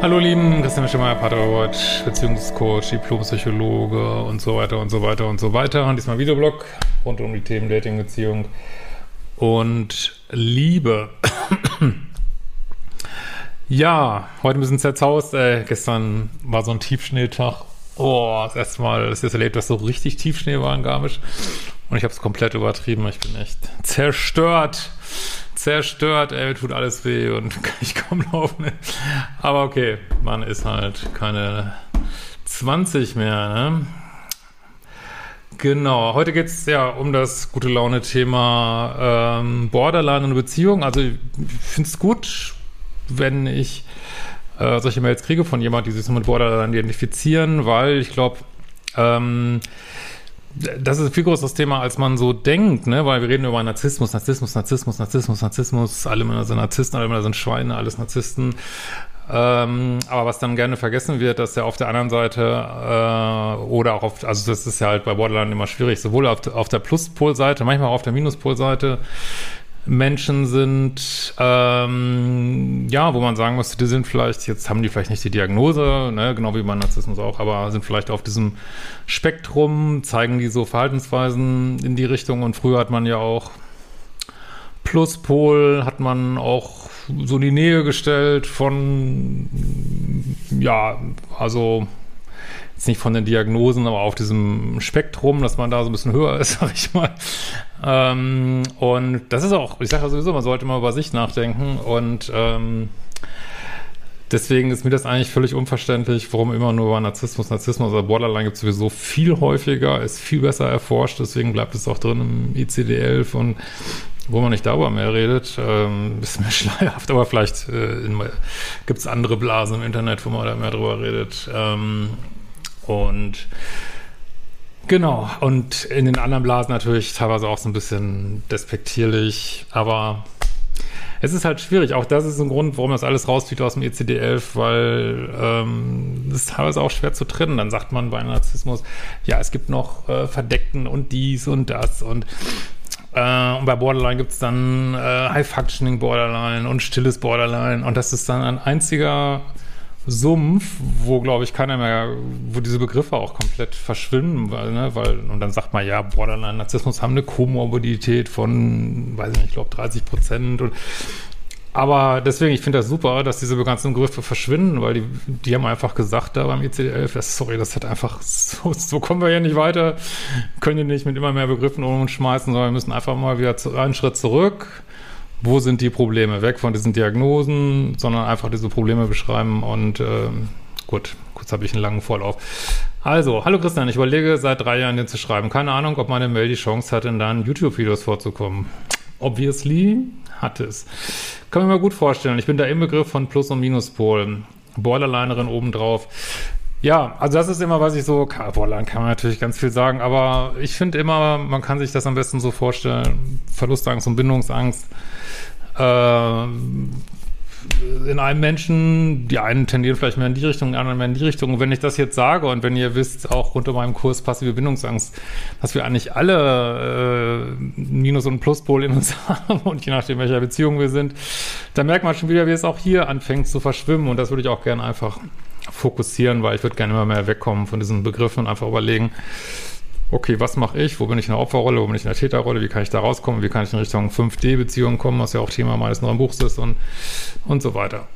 Hallo Lieben, Christian Schemmer, Paartherapeut, Beziehungscoach, Diplompsychologe und so weiter und so weiter und so weiter. Und diesmal Videoblog rund um die Themen Dating, Beziehung und Liebe. Ja, heute ein bisschen zerzaust. Gestern war so ein Tiefschneetag. Oh, das erste Mal, dass ich das erlebt, dass so richtig Tiefschnee war in Garmisch. Und ich habe es komplett übertrieben. Ich bin echt zerstört. Ey, tut alles weh und kann ich kaum laufen. Aber okay, man ist halt keine 20 mehr, ne? Genau, heute geht es ja um das gute Laune-Thema Borderline und Beziehung. Also ich finde es gut, wenn ich solche Mails kriege von jemandem, die sich so mit Borderline identifizieren, weil ich glaube, das ist ein viel größeres Thema, als man so denkt, ne? Weil wir reden über Narzissmus. Alle Männer sind Narzissten, alle Männer sind Schweine, alles Narzissten. Aber was dann gerne vergessen wird, dass ja auf der anderen Seite oder auch auf, also das ist ja halt bei Borderline immer schwierig, sowohl auf der Pluspolseite, manchmal auch auf der Minuspolseite Menschen sind, ja, wo man sagen muss, die sind vielleicht, jetzt haben die vielleicht nicht die Diagnose, ne, genau wie bei Narzissmus auch, aber sind vielleicht auf diesem Spektrum, zeigen die so Verhaltensweisen in die Richtung. Und früher hat man ja auch Pluspol, hat man auch so in die Nähe gestellt von, ja, also jetzt nicht von den Diagnosen, aber auf diesem Spektrum, dass man da so ein bisschen höher ist, sag ich mal. Und das ist auch, ich sage ja sowieso, man sollte mal über sich nachdenken und deswegen ist mir das eigentlich völlig unverständlich, warum immer nur über Narzissmus, oder Borderline gibt es sowieso viel häufiger, ist viel besser erforscht, deswegen bleibt es auch drin im ICD-11 und wo man nicht darüber mehr redet, ist mir schleierhaft, aber vielleicht gibt es andere Blasen im Internet, wo man da mehr drüber redet. Und genau, und in den anderen Blasen natürlich teilweise auch so ein bisschen despektierlich, aber es ist halt schwierig. Auch das ist ein Grund, warum das alles rausfliegt aus dem ICD-11, weil es ist teilweise auch schwer zu trennen. Dann sagt man bei Narzissmus, ja, es gibt noch Verdeckten und dies und das und bei Borderline gibt es dann High-Functioning Borderline und stilles Borderline und das ist dann ein einziger Sumpf, wo, glaube ich, keiner mehr, wo diese Begriffe auch komplett verschwinden, und dann sagt man, ja, Borderline, Narzissmus haben eine Komorbidität von, weiß ich nicht, ich glaube 30%. Aber deswegen, ich finde das super, dass diese ganzen Begriffe verschwinden, weil die haben einfach gesagt da beim ICD-11, sorry, das hat einfach, so kommen wir ja nicht weiter, können die nicht mit immer mehr Begriffen um uns schmeißen, sondern wir müssen einfach mal wieder einen Schritt zurück. Wo sind die Probleme? Weg von diesen Diagnosen, sondern einfach diese Probleme beschreiben und gut, kurz habe ich einen langen Vorlauf. Also, hallo Christian, ich überlege seit 3 Jahren, den zu schreiben. Keine Ahnung, ob meine Mail die Chance hat, in deinen YouTube-Videos vorzukommen. Obviously hat es. Kann mir mal gut vorstellen. Ich bin der Inbegriff von Plus- und Minuspol. Borderlinerin obendrauf. Ja, also das ist immer, was ich so, Borderline kann man natürlich ganz viel sagen, aber ich finde immer, man kann sich das am besten so vorstellen, Verlustangst und Bindungsangst in einem Menschen, die einen tendieren vielleicht mehr in die Richtung, die anderen mehr in die Richtung. Und wenn ich das jetzt sage und wenn ihr wisst, auch unter meinem Kurs Passive Bindungsangst, dass wir eigentlich alle Minus- und Pluspol in uns haben und je nachdem, welcher Beziehung wir sind, dann merkt man schon wieder, wie es auch hier anfängt zu verschwimmen. Und das würde ich auch gerne einfach fokussieren, weil ich würde gerne immer mehr wegkommen von diesen Begriffen und einfach überlegen, okay, was mache ich? Wo bin ich in der Opferrolle? Wo bin ich in der Täterrolle? Wie kann ich da rauskommen? Wie kann ich in Richtung 5D-Beziehungen kommen, was ja auch Thema meines neuen Buchs ist und so weiter.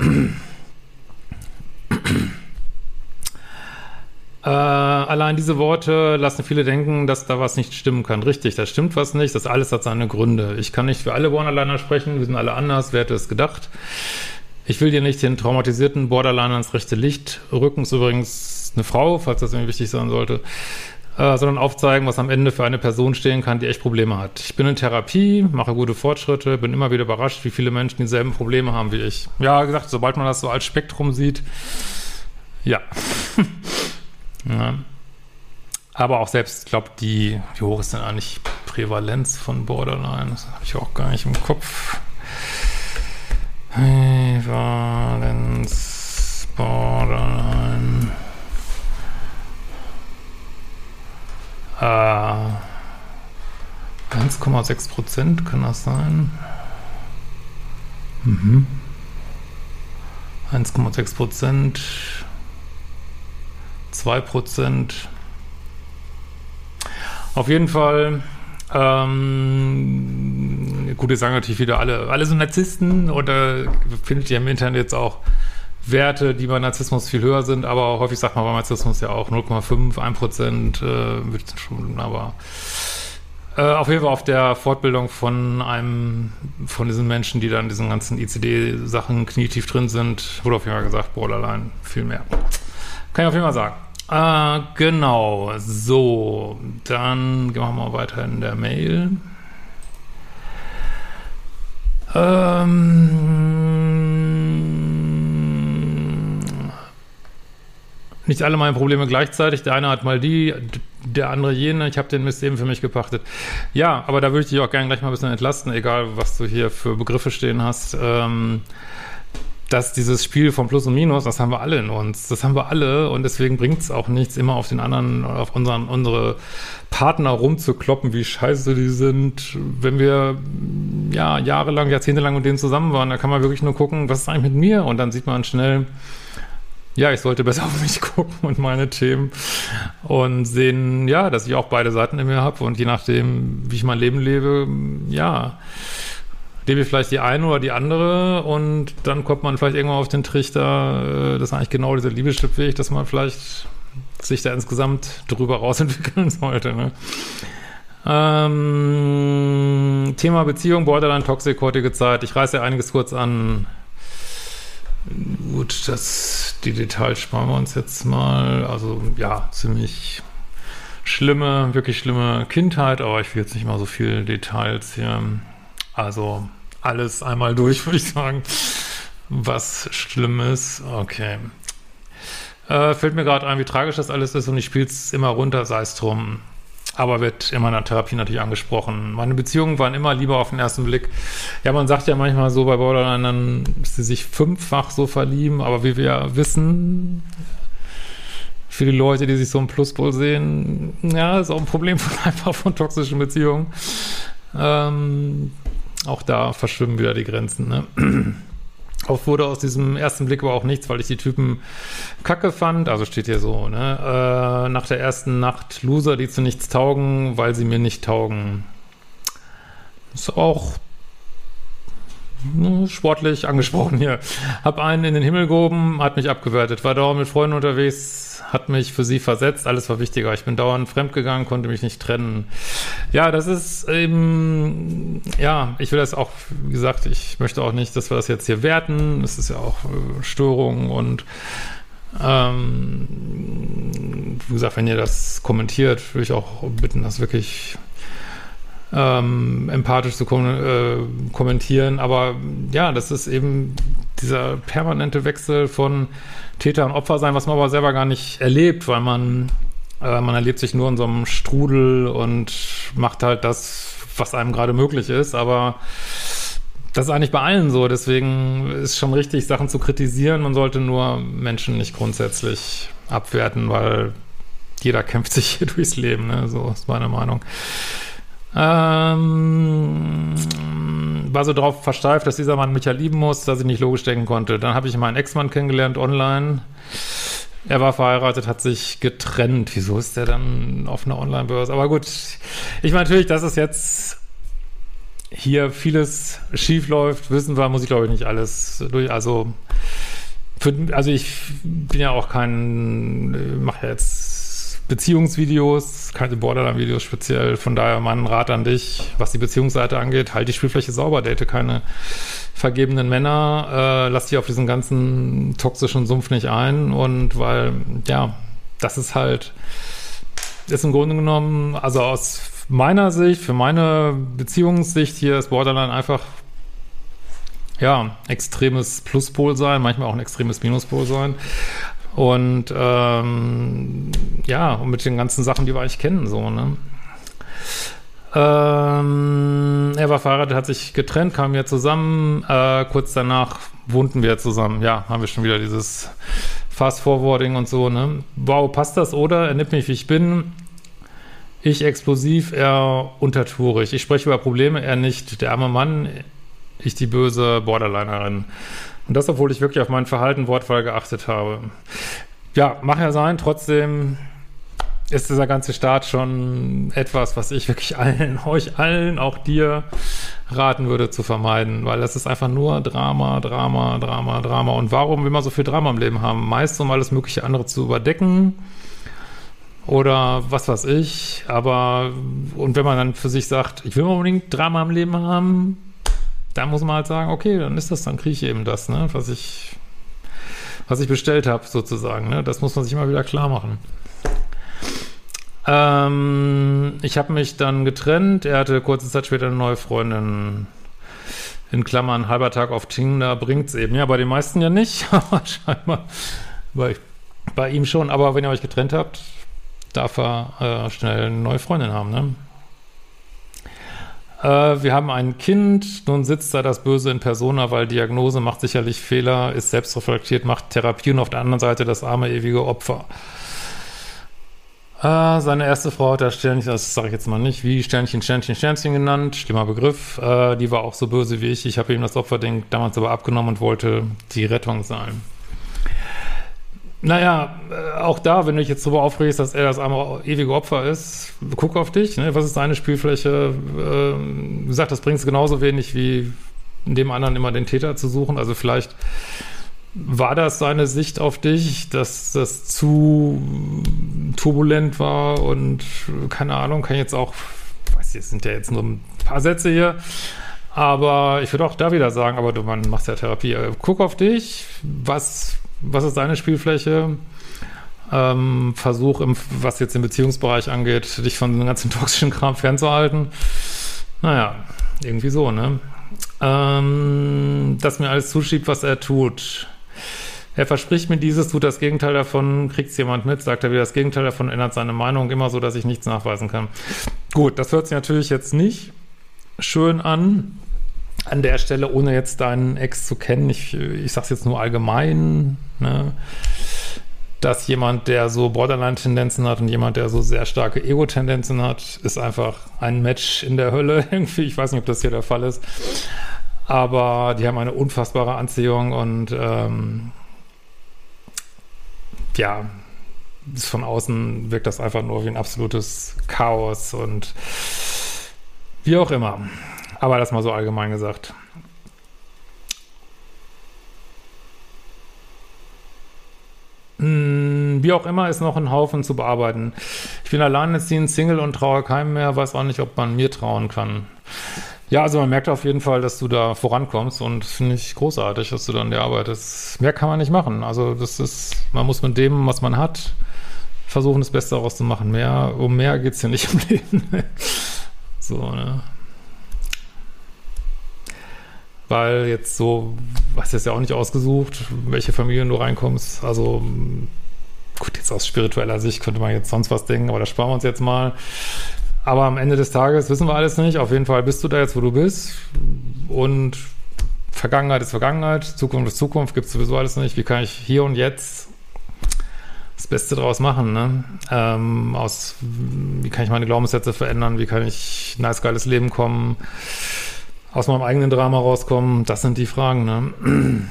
Allein diese Worte lassen viele denken, dass da was nicht stimmen kann. Richtig, da stimmt was nicht. Das alles hat seine Gründe. Ich kann nicht für alle Borderliner sprechen. Wir sind alle anders. Wer hätte es gedacht? Ich will dir nicht den traumatisierten Borderliner ins rechte Licht rücken. Ist übrigens eine Frau, falls das irgendwie wichtig sein sollte. Sondern aufzeigen, was am Ende für eine Person stehen kann, die echt Probleme hat. Ich bin in Therapie, mache gute Fortschritte, bin immer wieder überrascht, wie viele Menschen dieselben Probleme haben wie ich. Ja, gesagt, sobald man das so als Spektrum sieht, ja. Ja. Aber auch selbst, ich glaube, wie hoch ist denn eigentlich Prävalenz von Borderline? Das habe ich auch gar nicht im Kopf. Prävalenz Borderline. 1,6% kann das sein. 1,6%, 2%. Auf jeden Fall, gut, jetzt sagen natürlich wieder alle sind Narzissten, oder findet ihr im Internet jetzt auch Werte, die bei Narzissmus viel höher sind, aber häufig sagt man bei Narzissmus ja auch 0,5, 1%, wird schon, aber auf jeden Fall auf der Fortbildung von diesen Menschen, die dann in diesen ganzen ICD-Sachen knietief drin sind, wurde auf jeden Fall gesagt, Borderline, viel mehr. Kann ich auf jeden Fall sagen. Genau, so, dann gehen wir mal weiter in der Mail. Nicht alle meine Probleme gleichzeitig. Der eine hat mal die, der andere jene. Ich habe den Mist eben für mich gepachtet. Ja, aber da würde ich dich auch gerne gleich mal ein bisschen entlasten, egal was du hier für Begriffe stehen hast. Dass dieses Spiel von Plus und Minus, das haben wir alle in uns. Das haben wir alle, und deswegen bringt es auch nichts, immer auf den anderen, auf unsere Partner rumzukloppen, wie scheiße die sind. Wenn wir ja jahrelang, jahrzehntelang mit denen zusammen waren, da kann man wirklich nur gucken, was ist eigentlich mit mir? Und dann sieht man schnell, ja, ich sollte besser auf mich gucken und meine Themen und sehen, ja, dass ich auch beide Seiten in mir habe, und je nachdem, wie ich mein Leben lebe, ja, lebe ich vielleicht die eine oder die andere, und dann kommt man vielleicht irgendwann auf den Trichter, das ist eigentlich genau dieser Liebeschrittweg, dass man vielleicht sich da insgesamt drüber rausentwickeln sollte, ne? Thema Beziehung, Borderline, Toxic, heutige Zeit. Ich reiße ja einiges kurz an. Gut, die Details sparen wir uns jetzt mal. Also ja, ziemlich wirklich schlimme Kindheit, aber ich will jetzt nicht mal so viele Details hier. Also alles einmal durch, würde ich sagen, was schlimm ist. Okay. Fällt mir gerade ein, wie tragisch das alles ist, und ich spiele es immer runter, sei es drum. Aber wird in meiner Therapie natürlich angesprochen. Meine Beziehungen waren immer Liebe auf den ersten Blick. Ja, man sagt ja manchmal so bei Borderline, dann, dass sie sich 5-fach so verlieben, aber wie wir ja wissen, für die Leute, die sich so im Pluspol sehen, ja, ist auch ein Problem von toxischen Beziehungen. Auch da verschwimmen wieder die Grenzen, ne? Oft wurde aus diesem ersten Blick aber auch nichts, weil ich die Typen kacke fand. Also steht hier so, ne? Nach der ersten Nacht Loser, die zu nichts taugen, weil sie mir nicht taugen. Ist auch sportlich angesprochen hier. Hab einen in den Himmel gehoben, hat mich abgewertet. War dauernd mit Freunden unterwegs, hat mich für sie versetzt. Alles war wichtiger. Ich bin dauernd fremdgegangen, konnte mich nicht trennen. Ja, das ist eben, ja, ich will das auch, wie gesagt, ich möchte auch nicht, dass wir das jetzt hier werten. Das ist ja auch Störung, und wie gesagt, wenn ihr das kommentiert, würde ich auch bitten, das wirklich empathisch zu kommentieren. Aber ja, das ist eben dieser permanente Wechsel von Täter und Opfer sein, was man aber selber gar nicht erlebt, weil man erlebt sich nur in so einem Strudel und macht halt das, was einem gerade möglich ist. Aber das ist eigentlich bei allen so. Deswegen ist schon richtig, Sachen zu kritisieren. Man sollte nur Menschen nicht grundsätzlich abwerten, weil jeder kämpft sich hier durchs Leben, ne? So ist meine Meinung. War so drauf versteift, dass dieser Mann mich ja lieben muss, dass ich nicht logisch denken konnte. Dann habe ich meinen Ex-Mann kennengelernt online. Er war verheiratet, hat sich getrennt. Wieso ist der dann auf einer Online-Börse? Aber gut, ich meine natürlich, dass es jetzt hier vieles schief läuft, wissen wir, muss ich glaube ich nicht alles durch. Also ich bin ja auch mache ja jetzt Beziehungsvideos, keine Borderline-Videos speziell. Von daher mein Rat an dich, was die Beziehungsseite angeht, halt die Spielfläche sauber, date keine vergebenen Männer, lass dich auf diesen ganzen toxischen Sumpf nicht ein, und weil, ja, das ist im Grunde genommen, also aus meiner Sicht, für meine Beziehungssicht hier ist Borderline einfach, ja, extremes Pluspol sein, manchmal auch ein extremes Minuspol sein. Und ja, und mit den ganzen Sachen, die wir eigentlich kennen, so, ne? Er war verheiratet, hat sich getrennt, kamen wir zusammen, kurz danach wohnten wir zusammen. Ja, haben wir schon wieder dieses Fast-Forwarding und so, ne? Wow, passt das, oder? Er nimmt mich, wie ich bin. Ich explosiv, er untertourig. Ich spreche über Probleme, er nicht. Der arme Mann, ich die böse Borderlinerin. Und das, obwohl ich wirklich auf mein Verhalten, Wortwahl geachtet habe. Ja, mag ja sein, trotzdem ist dieser ganze Start schon etwas, was ich wirklich euch allen, auch dir, raten würde zu vermeiden, weil das ist einfach nur Drama, Drama, Drama, Drama. Und warum will man so viel Drama im Leben haben? Meist, um alles mögliche andere zu überdecken oder was weiß ich. Aber, und wenn man dann für sich sagt, ich will unbedingt Drama im Leben haben, dann muss man halt sagen, okay, dann ist das, dann kriege ich eben das, ne, was ich bestellt habe, sozusagen. Ne? Das muss man sich immer wieder klar machen. Ich habe mich dann getrennt. Er hatte kurze Zeit später eine neue Freundin. In Klammern, halber Tag auf Tinder bringt's eben. Ja, bei den meisten ja nicht, aber scheinbar bei ihm schon. Aber wenn ihr euch getrennt habt, darf er schnell eine neue Freundin haben, ne? Wir haben ein Kind, nun sitzt da das Böse in Persona, weil Diagnose macht sicherlich Fehler, ist selbstreflektiert, macht Therapie und auf der anderen Seite das arme, ewige Opfer. Seine erste Frau hat das Sternchen, das sage ich jetzt mal nicht, wie Sternchen, Sternchen, Sternchen genannt, schlimmer Begriff, die war auch so böse wie ich. Ich habe ihm das Opferding damals aber abgenommen und wollte die Rettung sein. Naja, auch da, wenn du dich jetzt darüber aufregst, dass er das arme, ewige Opfer ist, guck auf dich, ne? Was ist deine Spielfläche? Wie gesagt, das bringt es genauso wenig wie dem anderen immer den Täter zu suchen. Also vielleicht war das seine Sicht auf dich, dass das zu turbulent war und keine Ahnung, kann jetzt auch, weiß ich, es sind ja jetzt nur ein paar Sätze hier, aber ich würde auch da wieder sagen, aber du, man machst ja Therapie. Guck auf dich, was ist deine Spielfläche? Versuch, was jetzt den Beziehungsbereich angeht, dich von dem ganzen toxischen Kram fernzuhalten. Naja, irgendwie so, ne? Dass mir alles zuschiebt, was er tut. Er verspricht mir dieses, tut das Gegenteil davon, kriegt's jemand mit, sagt er wieder das Gegenteil davon, ändert seine Meinung, immer so, dass ich nichts nachweisen kann. Gut, das hört sich natürlich jetzt nicht schön an der Stelle, ohne jetzt deinen Ex zu kennen. Ich sag's jetzt nur allgemein, ne? Dass jemand, der so Borderline-Tendenzen hat und jemand, der so sehr starke Ego-Tendenzen hat, ist einfach ein Match in der Hölle irgendwie. Ich weiß nicht, ob das hier der Fall ist. Aber die haben eine unfassbare Anziehung und ja, von außen wirkt das einfach nur wie ein absolutes Chaos und wie auch immer. Aber das mal so allgemein gesagt. Wie auch immer, ist noch ein Haufen zu bearbeiten. Ich bin alleinerziehend, Single und traue keinem mehr, weiß auch nicht, ob man mir trauen kann. Ja, also man merkt auf jeden Fall, dass du da vorankommst und finde ich großartig, dass du da an der Arbeit bist. Mehr kann man nicht machen. Also das ist, man muss mit dem, was man hat, versuchen, das Beste daraus zu machen. Um mehr geht's hier nicht im Leben. So, ne? Weil jetzt so, hast du jetzt ja auch nicht ausgesucht, welche Familien du reinkommst. Also gut, jetzt aus spiritueller Sicht könnte man jetzt sonst was denken, aber das sparen wir uns jetzt mal. Aber am Ende des Tages wissen wir alles nicht. Auf jeden Fall bist du da jetzt, wo du bist. Und Vergangenheit ist Vergangenheit, Zukunft ist Zukunft, gibt es sowieso alles nicht. Wie kann ich hier und jetzt das Beste draus machen, ne? Wie kann ich meine Glaubenssätze verändern? Wie kann ich ein nice, geiles Leben kommen? Aus meinem eigenen Drama rauskommen? Das sind die Fragen, ne?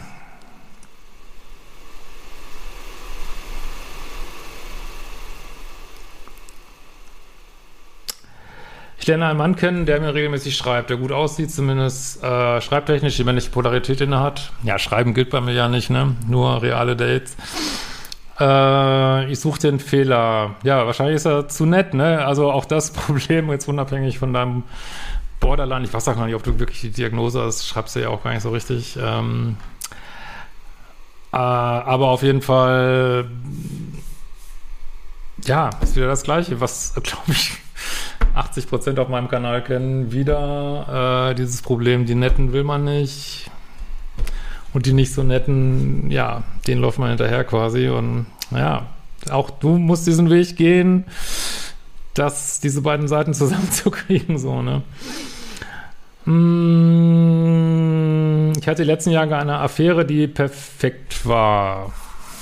Ich lerne einen Mann kennen, der mir regelmäßig schreibt, der gut aussieht, zumindest schreibtechnisch, die männliche Polarität inne hat. Ja, Schreiben gilt bei mir ja nicht, ne? Nur reale Dates. Ich suche den Fehler. Ja, wahrscheinlich ist er zu nett, ne? Also auch das Problem, jetzt unabhängig von deinem Borderline. Ich weiß auch gar nicht, ob du wirklich die Diagnose hast, schreibst du ja auch gar nicht so richtig. Aber auf jeden Fall, ja, ist wieder das Gleiche, was, glaube ich, 80% auf meinem Kanal kennen. Wieder dieses Problem, die Netten will man nicht. Und die nicht so Netten, ja, denen läuft man hinterher quasi. Und naja, auch du musst diesen Weg gehen, diese beiden Seiten zusammenzukriegen, so, ne? Ich hatte die letzten Jahre eine Affäre, die perfekt war.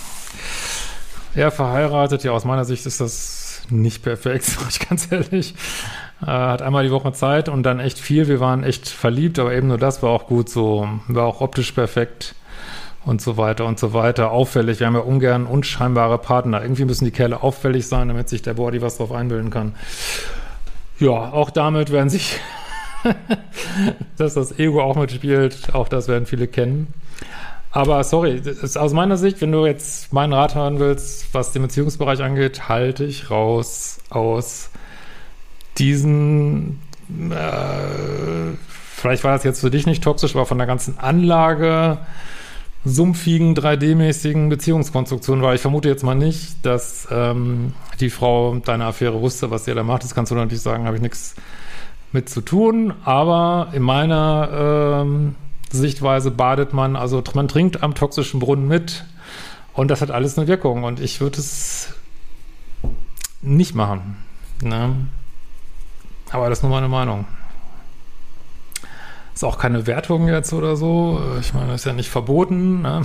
Er verheiratet, ja, aus meiner Sicht ist das nicht perfekt, sag ich ganz ehrlich. Hat einmal die Woche Zeit und dann echt viel. Wir waren echt verliebt, aber eben nur das war auch gut so. War auch optisch perfekt. und so weiter und so weiter. Auffällig, wir haben ja ungern unscheinbare Partner. Irgendwie müssen die Kerle auffällig sein, damit sich der Body was drauf einbilden kann. Ja, auch damit werden sich, dass das Ego auch mitspielt, auch das werden viele kennen. Aber sorry, aus meiner Sicht, wenn du jetzt meinen Rat hören willst, was den Beziehungsbereich angeht, halte ich raus aus diesen, vielleicht war das jetzt für dich nicht toxisch, aber von der ganzen Anlage, sumpfigen, 3D-mäßigen Beziehungskonstruktionen, weil ich vermute jetzt mal nicht, dass die Frau deine Affäre wusste, was sie da macht. Das kannst du natürlich sagen, habe ich nichts mit zu tun, aber in meiner Sichtweise badet man, also man trinkt am toxischen Brunnen mit und das hat alles eine Wirkung und ich würde es nicht machen. Ne? Aber das ist nur meine Meinung. Ist auch keine Wertung jetzt oder so. Ich meine, das ist ja nicht verboten. Ne?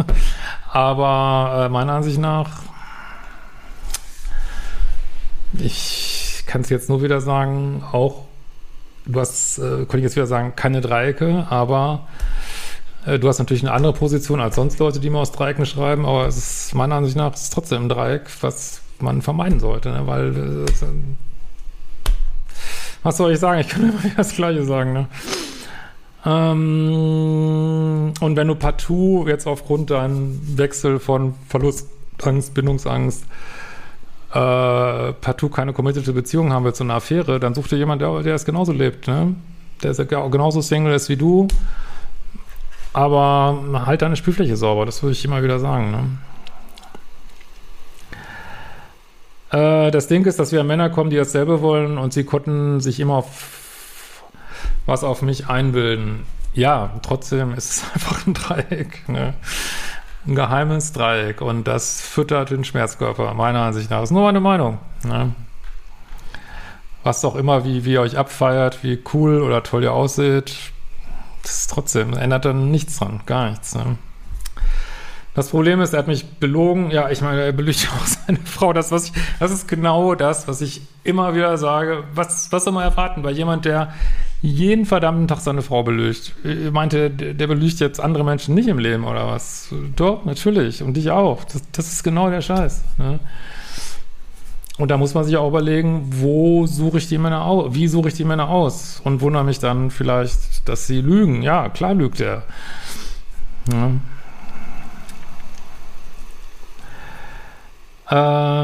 Aber meiner Ansicht nach, ich kann es jetzt nur wieder sagen, auch könnte ich jetzt wieder sagen, keine Dreiecke, aber du hast natürlich eine andere Position als sonst Leute, die mal aus Dreiecken schreiben, aber es ist meiner Ansicht nach ist trotzdem ein Dreieck, was man vermeiden sollte, ne? Weil was soll ich sagen? Ich kann immer wieder das Gleiche sagen, ne? Und wenn du partout jetzt aufgrund deinem Wechsel von Verlustangst, Bindungsangst partout keine committed Beziehung haben willst, so eine Affäre, dann such dir jemand, der es genauso lebt, ne? Der ist ja genauso Single ist wie du, aber halt deine Spielfläche sauber, das würde ich immer wieder sagen, ne? Das Ding ist, dass wir Männer kommen, die dasselbe wollen und sie konnten sich immer auf mich einbilden. Ja, trotzdem ist es einfach ein Dreieck, ne? Ein geheimes Dreieck und das füttert den Schmerzkörper, meiner Ansicht nach. Das ist nur meine Meinung, ne? Was auch immer, wie ihr euch abfeiert, wie cool oder toll ihr ausseht, das ist trotzdem, ändert dann nichts dran, gar nichts, ne? Das Problem ist, er hat mich belogen. Ja, ich meine, er belügt auch seine Frau. Das ist genau das, was ich immer wieder sage. Was soll man erwarten bei jemand, der jeden verdammten Tag seine Frau belügt? Ich meinte, der belügt jetzt andere Menschen nicht im Leben, oder was? Doch, natürlich. Und dich auch. Das ist genau der Scheiß, ne? Und da muss man sich auch überlegen, wo suche ich die Männer aus? Wie suche ich die Männer aus? Und wundere mich dann vielleicht, dass sie lügen. Ja, klar lügt er. Ja. So, er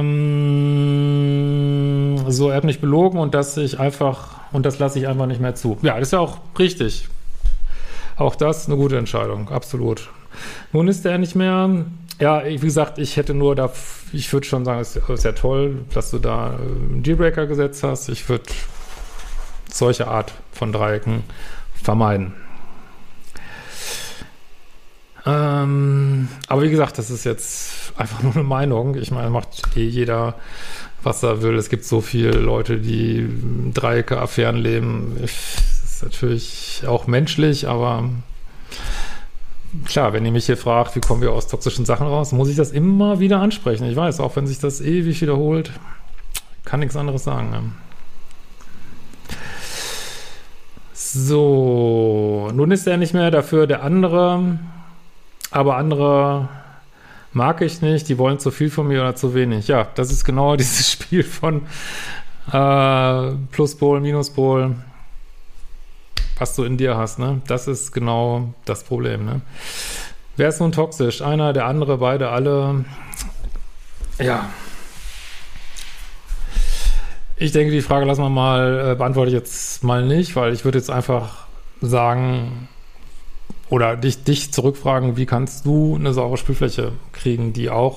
hat mich belogen und das lasse ich einfach nicht mehr zu. Ja, das ist ja auch richtig. Auch das eine gute Entscheidung, absolut. Nun ist er nicht mehr. Ja, wie gesagt, ich würde schon sagen, es ist ja toll, dass du da einen Dealbreaker gesetzt hast. Ich würde solche Art von Dreiecken vermeiden. Aber wie gesagt, das ist jetzt einfach nur eine Meinung. Ich meine, macht jeder, was er will. Es gibt so viele Leute, die Dreiecke, Affären leben. Das ist natürlich auch menschlich, aber klar, wenn ihr mich hier fragt, wie kommen wir aus toxischen Sachen raus, muss ich das immer wieder ansprechen. Ich weiß, auch wenn sich das ewig wiederholt, kann nichts anderes sagen. Ne? So, nun ist er nicht mehr dafür der andere, aber andere mag ich nicht, die wollen zu viel von mir oder zu wenig. Ja, das ist genau dieses Spiel von Pluspol, Minuspol, was du in dir hast, ne? Das ist genau das Problem, ne? Wer ist nun toxisch? Einer, der andere, beide, alle? Ja. Ich denke, die Frage lassen wir mal, beantworte ich jetzt mal nicht, weil ich würde jetzt einfach sagen, oder dich zurückfragen, wie kannst du eine saubere Spielfläche kriegen, die auch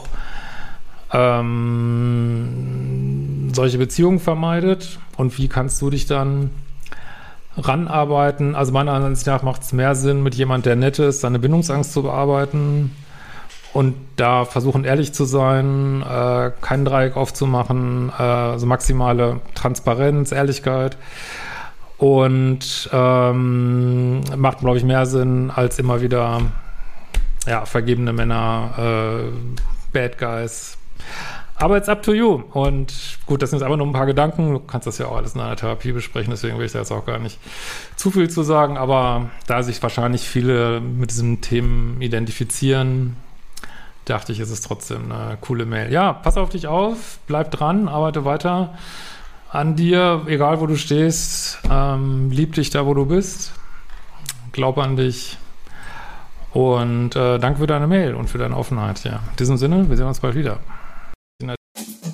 solche Beziehungen vermeidet, und wie kannst du dich dann ranarbeiten? Also meiner Ansicht nach macht es mehr Sinn, mit jemand, der nett ist, seine Bindungsangst zu bearbeiten und da versuchen, ehrlich zu sein, kein Dreieck aufzumachen, also maximale Transparenz, Ehrlichkeit. Und macht, glaube ich, mehr Sinn, als immer wieder vergebene Männer, Bad Guys. Aber it's up to you. Und gut, das sind jetzt aber nur ein paar Gedanken. Du kannst das ja auch alles in einer Therapie besprechen, deswegen will ich da jetzt auch gar nicht zu viel zu sagen. Aber da sich wahrscheinlich viele mit diesen Themen identifizieren, dachte ich, ist es trotzdem eine coole Mail. Ja, pass auf dich auf, bleib dran, arbeite weiter an dir, egal wo du stehst. Lieb dich da, wo du bist. Glaub an dich. Und danke für deine Mail und für deine Offenheit. Ja. In diesem Sinne, wir sehen uns bald wieder.